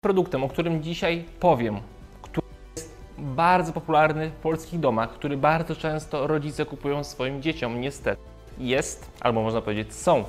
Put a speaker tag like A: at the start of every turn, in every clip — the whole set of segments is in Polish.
A: Produktem, o którym dzisiaj powiem, który jest bardzo popularny w polskich domach, który bardzo często rodzice kupują swoim dzieciom, niestety jest, albo można powiedzieć są.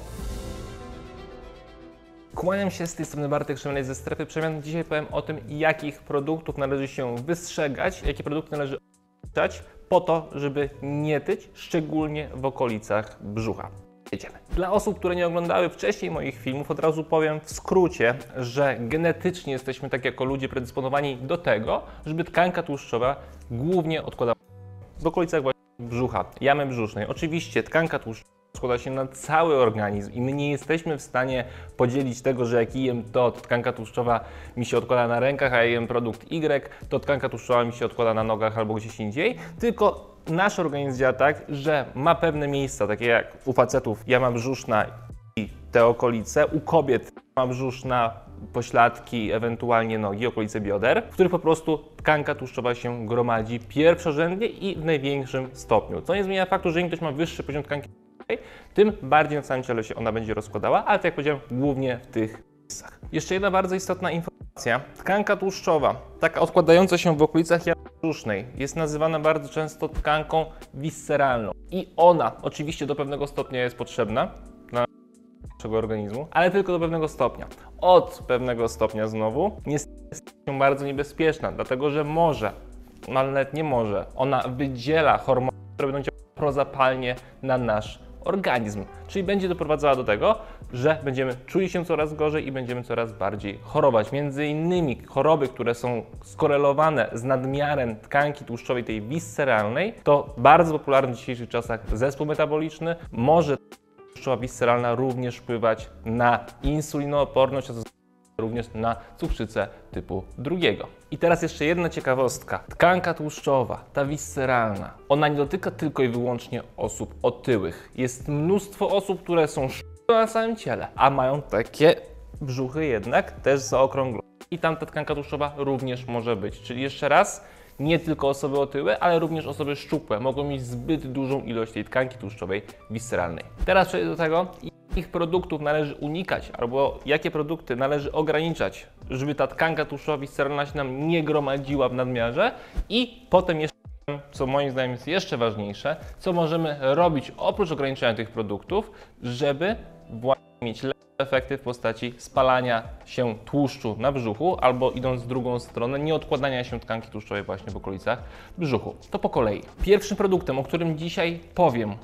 A: Kłaniam się, z tej strony Bartek Szemlej ze Strefy Przemian. Dzisiaj powiem o tym, jakich produktów należy się wystrzegać, jakie produkty należy ograniczać po to, żeby nie tyć, szczególnie w okolicach brzucha. Jedziemy. Dla osób, które nie oglądały wcześniej moich filmów, od razu powiem w skrócie, że genetycznie jesteśmy tak jako ludzie predysponowani do tego, żeby tkanka tłuszczowa głównie odkładała w okolicach właśnie brzucha, jamy brzusznej. Oczywiście tkanka tłuszczowa składa się na cały organizm i my nie jesteśmy w stanie podzielić tego, że jak jem to tkanka tłuszczowa mi się odkłada na rękach, a ja jem produkt Y, to tkanka tłuszczowa mi się odkłada na nogach albo gdzieś indziej, tylko nasz organizm działa tak, że ma pewne miejsca, takie jak u facetów jama brzuszna i te okolice, u kobiet jama brzuszna, pośladki, ewentualnie nogi, okolice bioder, w których po prostu tkanka tłuszczowa się gromadzi pierwszorzędnie i w największym stopniu. Co nie zmienia faktu, że im ktoś ma wyższy poziom tkanki tłuszczowej, tym bardziej na całym ciele się ona będzie rozkładała, ale tak jak powiedziałem, głównie w tych miejscach. Jeszcze jedna bardzo istotna informacja. Tkanka tłuszczowa, taka odkładająca się w okolicach jamy brzusznej, jest nazywana bardzo często tkanką visceralną. I ona oczywiście do pewnego stopnia jest potrzebna dla naszego organizmu, ale tylko do pewnego stopnia. Od pewnego stopnia znowu niestety jest się bardzo niebezpieczna, dlatego że może, ale nawet nie może, ona wydziela hormony, które będą działały prozapalnie na nasz organizm, czyli będzie doprowadzała do tego, że będziemy czuli się coraz gorzej i będziemy coraz bardziej chorować. Między innymi choroby, które są skorelowane z nadmiarem tkanki tłuszczowej, tej visceralnej, to bardzo popularny w dzisiejszych czasach zespół metaboliczny. Może tłuszczowa visceralna również wpływać na insulinooporność, a również na cukrzycę typu 2. I teraz jeszcze jedna ciekawostka. Tkanka tłuszczowa, ta visceralna, ona nie dotyka tylko i wyłącznie osób otyłych. Jest mnóstwo osób, które są na całym ciele, a mają takie brzuchy jednak też zaokrąglone. I tam ta tkanka tłuszczowa również może być. Czyli jeszcze raz, nie tylko osoby otyłe, ale również osoby szczupłe mogą mieć zbyt dużą ilość tej tkanki tłuszczowej visceralnej. Teraz przejdę do tego, jakich produktów należy unikać, albo jakie produkty należy ograniczać, żeby ta tkanka tłuszczowa visceralna się nam nie gromadziła w nadmiarze, i potem jeszcze, co moim zdaniem jest jeszcze ważniejsze, co możemy robić oprócz ograniczania tych produktów, żeby właśnie mieć lepsze efekty w postaci spalania się tłuszczu na brzuchu, albo idąc w drugą stronę, nie odkładania się tkanki tłuszczowej właśnie w okolicach brzuchu. To po kolei. Pierwszym produktem, o którym dzisiaj powiem,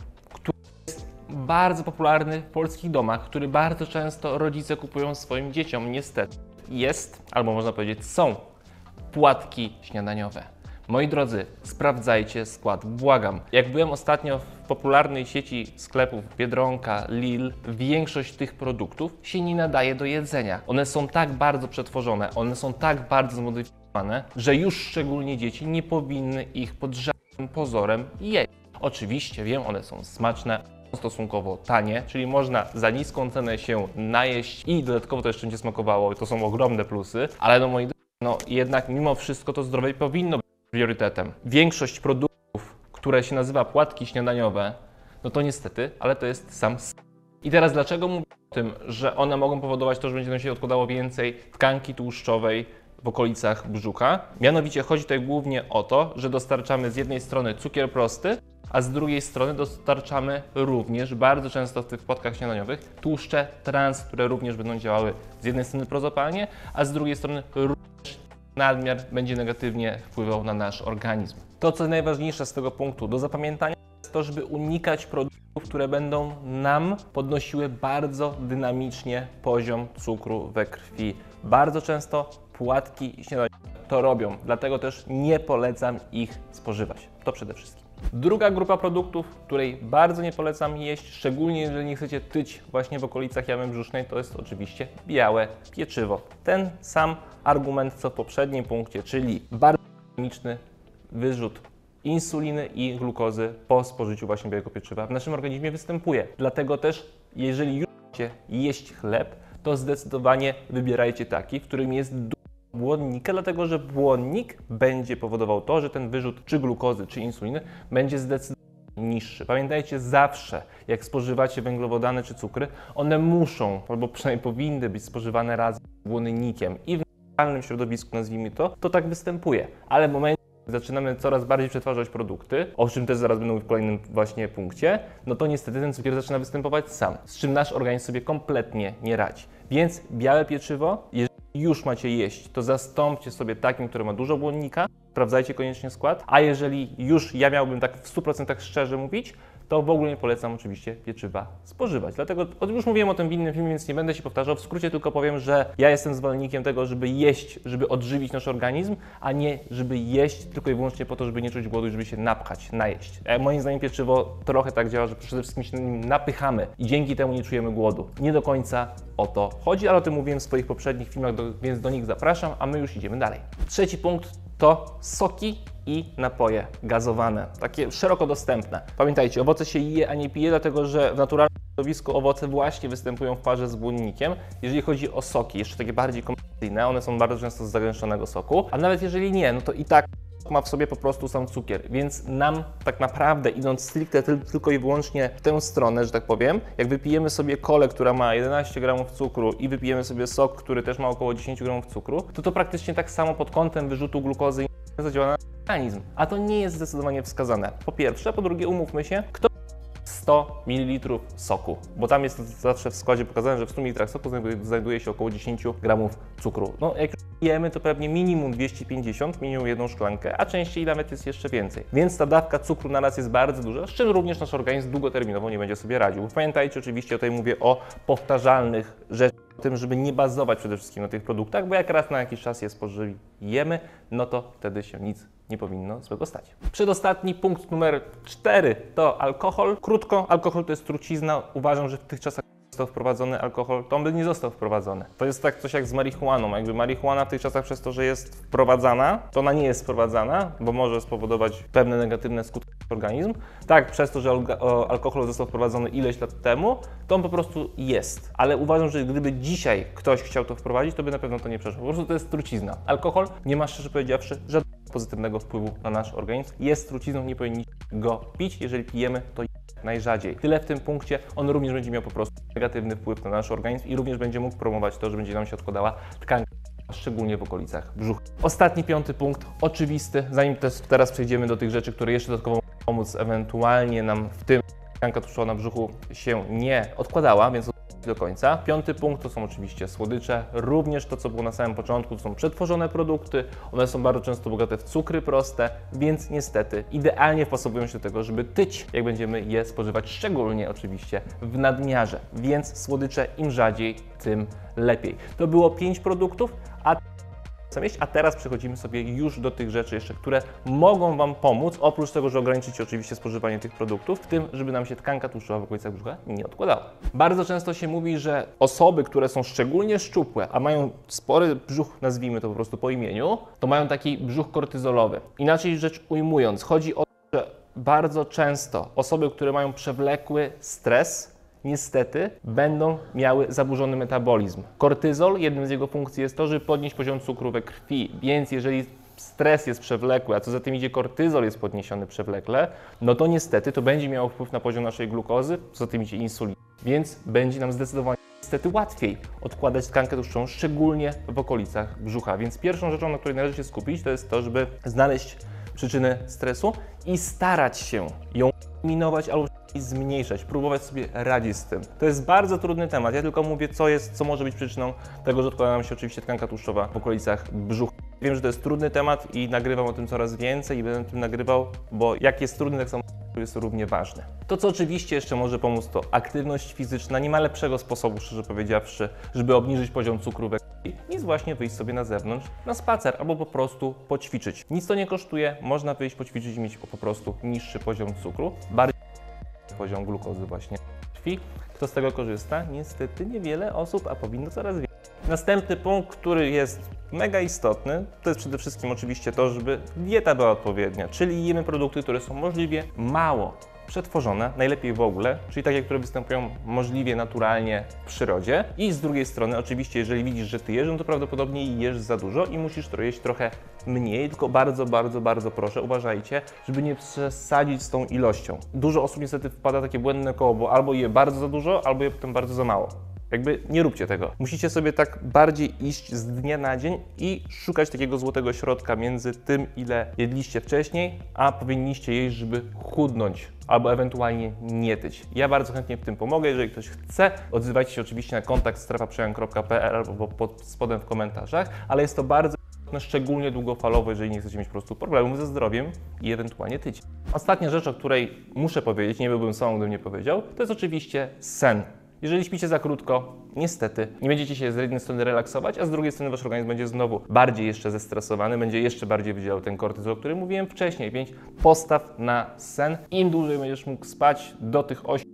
A: bardzo popularny w polskich domach, który bardzo często rodzice kupują swoim dzieciom, niestety jest, albo można powiedzieć są, płatki śniadaniowe. Moi drodzy, sprawdzajcie skład, błagam. Jak byłem ostatnio w popularnej sieci sklepów Biedronka, Lidl, większość tych produktów się nie nadaje do jedzenia. One są tak bardzo przetworzone, one są tak bardzo zmodyfikowane, że już szczególnie dzieci nie powinny ich pod żadnym pozorem jeść. Oczywiście wiem, one są smaczne, stosunkowo tanie, czyli można za niską cenę się najeść i dodatkowo to jeszcze będzie smakowało, to są ogromne plusy, ale no moi drodzy, no jednak mimo wszystko to zdrowie powinno być priorytetem. Większość produktów, które się nazywa płatki śniadaniowe, no to niestety, ale to jest sam. I teraz dlaczego mówię o tym, że one mogą powodować to, że będzie nam się odkładało więcej tkanki tłuszczowej w okolicach brzucha? Mianowicie chodzi tutaj głównie o to, że dostarczamy z jednej strony cukier prosty, a z drugiej strony dostarczamy również bardzo często w tych płatkach śniadaniowych tłuszcze trans, które również będą działały z jednej strony prozapalnie, a z drugiej strony również nadmiar będzie negatywnie wpływał na nasz organizm. To, co najważniejsze z tego punktu do zapamiętania, jest to, żeby unikać produktów, które będą nam podnosiły bardzo dynamicznie poziom cukru we krwi. Bardzo często płatki śniadaniowe to robią, dlatego też nie polecam ich spożywać. To przede wszystkim. Druga grupa produktów, której bardzo nie polecam jeść, szczególnie jeżeli nie chcecie tyć właśnie w okolicach jamy brzusznej, to jest oczywiście białe pieczywo. Ten sam argument co w poprzednim punkcie, czyli bardzo dynamiczny wyrzut insuliny i glukozy po spożyciu właśnie białego pieczywa w naszym organizmie występuje. Dlatego też, jeżeli już chcecie jeść chleb, to zdecydowanie wybierajcie taki, w którym jest błonnika, dlatego że błonnik będzie powodował to, że ten wyrzut czy glukozy, czy insuliny będzie zdecydowanie niższy. Pamiętajcie zawsze, jak spożywacie węglowodany czy cukry, one muszą, albo przynajmniej powinny być spożywane razem z błonnikiem i w w środowisku, nazwijmy to tak występuje. Ale w momencie, gdy zaczynamy coraz bardziej przetwarzać produkty, o czym też zaraz będę mówił w kolejnym właśnie punkcie, no to niestety ten cukier zaczyna występować sam, z czym nasz organizm sobie kompletnie nie radzi. Więc białe pieczywo, jeżeli już macie jeść, to zastąpcie sobie takim, które ma dużo błonnika, sprawdzajcie koniecznie skład, a jeżeli już ja miałbym tak w 100% szczerze mówić, to w ogóle nie polecam oczywiście pieczywa spożywać. Dlatego już mówiłem o tym w innym filmie, więc nie będę się powtarzał. W skrócie tylko powiem, że ja jestem zwolennikiem tego, żeby jeść, żeby odżywić nasz organizm, a nie żeby jeść tylko i wyłącznie po to, żeby nie czuć głodu i żeby się napchać, najeść. Moim zdaniem pieczywo trochę tak działa, że przede wszystkim się nim napychamy i dzięki temu nie czujemy głodu. Nie do końca o to chodzi, ale o tym mówiłem w swoich poprzednich filmach, więc do nich zapraszam, a my już idziemy dalej. Trzeci punkt to soki i napoje gazowane, takie szeroko dostępne. Pamiętajcie, owoce się je, a nie pije, dlatego że w naturalnym środowisku owoce właśnie występują w parze z błonnikiem. Jeżeli chodzi o soki, jeszcze takie bardziej komercyjne, one są bardzo często z zagęszczonego soku, a nawet jeżeli nie, no to i tak ma w sobie po prostu sam cukier, więc nam tak naprawdę, idąc stricte tylko i wyłącznie w tę stronę, że tak powiem, jak wypijemy sobie kolę, która ma 11 gramów cukru i wypijemy sobie sok, który też ma około 10 gramów cukru, to praktycznie tak samo pod kątem wyrzutu glukozy zadziała na organizm, a to nie jest zdecydowanie wskazane. Po pierwsze, po drugie umówmy się, kto 100 ml soku, bo tam jest zawsze w składzie pokazane, że w 100 ml soku znajduje się około 10 gramów cukru. No jak już jemy, to pewnie minimum 250, minimum jedną szklankę, a częściej nawet jest jeszcze więcej. Więc ta dawka cukru na raz jest bardzo duża, z czym również nasz organizm długoterminowo nie będzie sobie radził. Pamiętajcie oczywiście, tutaj mówię o powtarzalnych rzeczach, o tym, żeby nie bazować przede wszystkim na tych produktach, bo jak raz na jakiś czas je spożyjemy, no to wtedy się nic nie powinno złego stać. Przedostatni punkt numer 4 to alkohol. Krótko, alkohol to jest trucizna. Uważam, że w tych czasach został wprowadzony alkohol, to on by nie został wprowadzony. To jest tak coś jak z marihuaną. Jakby marihuana w tych czasach przez to, że jest wprowadzana, to ona nie jest wprowadzana, bo może spowodować pewne negatywne skutki w organizm. Tak, przez to, że alkohol został wprowadzony ileś lat temu, to on po prostu jest. Ale uważam, że gdyby dzisiaj ktoś chciał to wprowadzić, to by na pewno to nie przeszło. Po prostu to jest trucizna. Alkohol nie ma, szczerze powiedziawszy, żadnego pozytywnego wpływu na nasz organizm. Jest trucizną, nie powinniśmy go pić. Jeżeli pijemy, to najrzadziej. Tyle w tym punkcie. On również będzie miał po prostu negatywny wpływ na nasz organizm i również będzie mógł promować to, że będzie nam się odkładała tkanka, szczególnie w okolicach brzucha. Ostatni, piąty punkt, oczywisty. Zanim teraz przejdziemy do tych rzeczy, które jeszcze dodatkowo mogą pomóc ewentualnie nam w tym, tkanka tłuszczowa na brzuchu się nie odkładała, więc do końca. Piąty punkt to są oczywiście słodycze, również to, co było na samym początku, to są przetworzone produkty, one są bardzo często bogate w cukry proste, więc niestety idealnie wpasowują się do tego, żeby tyć, jak będziemy je spożywać, szczególnie oczywiście w nadmiarze, więc słodycze im rzadziej, tym lepiej. To było 5 produktów, a teraz przechodzimy sobie już do tych rzeczy jeszcze, które mogą Wam pomóc, oprócz tego, że ograniczycie oczywiście spożywanie tych produktów, w tym, żeby nam się tkanka tłuszczowa w okolicach brzucha nie odkładała. Bardzo często się mówi, że osoby, które są szczególnie szczupłe, a mają spory brzuch, nazwijmy to po prostu po imieniu, to mają taki brzuch kortyzolowy. Inaczej rzecz ujmując, chodzi o to, że bardzo często osoby, które mają przewlekły stres, niestety będą miały zaburzony metabolizm. Kortyzol, jednym z jego funkcji jest to, żeby podnieść poziom cukru we krwi, więc jeżeli stres jest przewlekły, a co za tym idzie kortyzol jest podniesiony przewlekle, no to niestety to będzie miało wpływ na poziom naszej glukozy, co za tym idzie insuliny, więc będzie nam zdecydowanie niestety łatwiej odkładać tkankę tłuszczową, szczególnie w okolicach brzucha. Więc pierwszą rzeczą, na której należy się skupić, to jest to, żeby znaleźć przyczynę stresu i starać się ją eliminować albo zmniejszać, próbować sobie radzić z tym. To jest bardzo trudny temat. Ja tylko mówię, co może być przyczyną tego, że odkłada nam się oczywiście tkanka tłuszczowa w okolicach brzucha. Wiem, że to jest trudny temat i nagrywam o tym coraz więcej i będę o tym nagrywał, bo jak jest trudny, tak samo jest to równie ważne. To, co oczywiście jeszcze może pomóc, to aktywność fizyczna. Nie ma lepszego sposobu, szczerze powiedziawszy, żeby obniżyć poziom cukru we krwi, niż właśnie wyjść sobie na zewnątrz, na spacer albo po prostu poćwiczyć. Nic to nie kosztuje, można wyjść, poćwiczyć i mieć po prostu niższy poziom cukru, bardziej poziom glukozy właśnie w krwi. Kto z tego korzysta? Niestety niewiele osób, a powinno coraz więcej. Następny punkt, który jest mega istotny, to jest przede wszystkim oczywiście to, żeby dieta była odpowiednia, czyli jemy produkty, które są możliwie mało przetworzone, najlepiej w ogóle, czyli takie, które występują możliwie naturalnie w przyrodzie. I z drugiej strony, oczywiście, jeżeli widzisz, że ty jesz, no to prawdopodobnie jesz za dużo i musisz to jeść trochę mniej, tylko bardzo, bardzo, bardzo proszę, uważajcie, żeby nie przesadzić z tą ilością. Dużo osób niestety wpada w takie błędne koło, bo albo je bardzo za dużo, albo je potem bardzo za mało. Jakby nie róbcie tego. Musicie sobie tak bardziej iść z dnia na dzień i szukać takiego złotego środka między tym, ile jedliście wcześniej, a powinniście jeść, żeby chudnąć albo ewentualnie nie tyć. Ja bardzo chętnie w tym pomogę. Jeżeli ktoś chce, odzywajcie się oczywiście na kontakt strefaprzemian.pl albo pod spodem w komentarzach, ale jest to bardzo szczególnie długofalowo, jeżeli nie chcecie mieć po prostu problemów ze zdrowiem i ewentualnie tyć. Ostatnia rzecz, o której muszę powiedzieć, nie byłbym sobą, gdybym nie powiedział, to jest oczywiście sen. Jeżeli śpicie za krótko, niestety nie będziecie się z jednej strony relaksować, a z drugiej strony wasz organizm będzie znowu bardziej jeszcze zestresowany, będzie jeszcze bardziej wydzielał ten kortyzol, o którym mówiłem wcześniej, więc postaw na sen. Im dłużej będziesz mógł spać do tych 8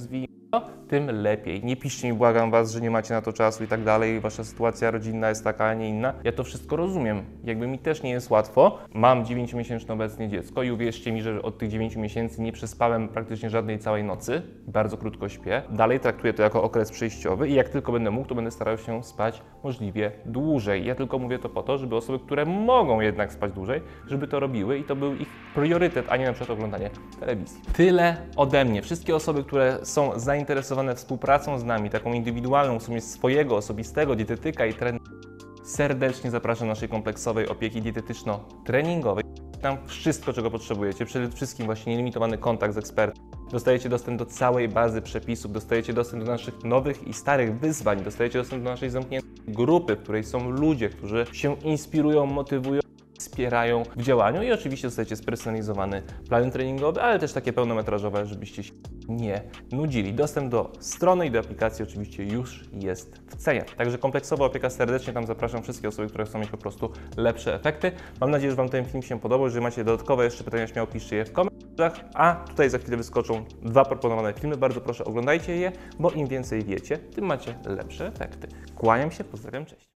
A: tym lepiej. Nie piszcie mi, błagam was, że nie macie na to czasu i tak dalej, wasza sytuacja rodzinna jest taka, a nie inna. Ja to wszystko rozumiem. Jakby mi też nie jest łatwo. Mam 9-miesięczne obecnie dziecko i uwierzcie mi, że od tych 9 miesięcy nie przespałem praktycznie żadnej całej nocy. Bardzo krótko śpię. Dalej traktuję to jako okres przejściowy i jak tylko będę mógł, to będę starał się spać możliwie dłużej. Ja tylko mówię to po to, żeby osoby, które mogą jednak spać dłużej, żeby to robiły i to był ich priorytet, a nie na przykład oglądanie telewizji. Tyle ode mnie. Wszystkie osoby, które są zainteresowane współpracą z nami, taką indywidualną, w sumie swojego osobistego dietetyka i trenera, serdecznie zapraszam do naszej kompleksowej opieki dietetyczno-treningowej. Tam wszystko, czego potrzebujecie, przede wszystkim właśnie nielimitowany kontakt z ekspertem. Dostajecie dostęp do całej bazy przepisów, dostajecie dostęp do naszych nowych i starych wyzwań, dostajecie dostęp do naszej zamkniętej grupy, w której są ludzie, którzy się inspirują, motywują, wspierają w działaniu i oczywiście dostajecie spersonalizowany plan treningowy, ale też takie pełnometrażowe, żebyście się nie nudzili. Dostęp do strony i do aplikacji oczywiście już jest w cenie. Także kompleksowa opieka, serdecznie tam zapraszam wszystkie osoby, które chcą mieć po prostu lepsze efekty. Mam nadzieję, że Wam ten film się podobał. Jeżeli macie dodatkowe jeszcze pytania, śmiało piszcie je w komentarzach, a tutaj za chwilę wyskoczą 2 proponowane filmy. Bardzo proszę, oglądajcie je, bo im więcej wiecie, tym macie lepsze efekty. Kłaniam się, pozdrawiam, cześć.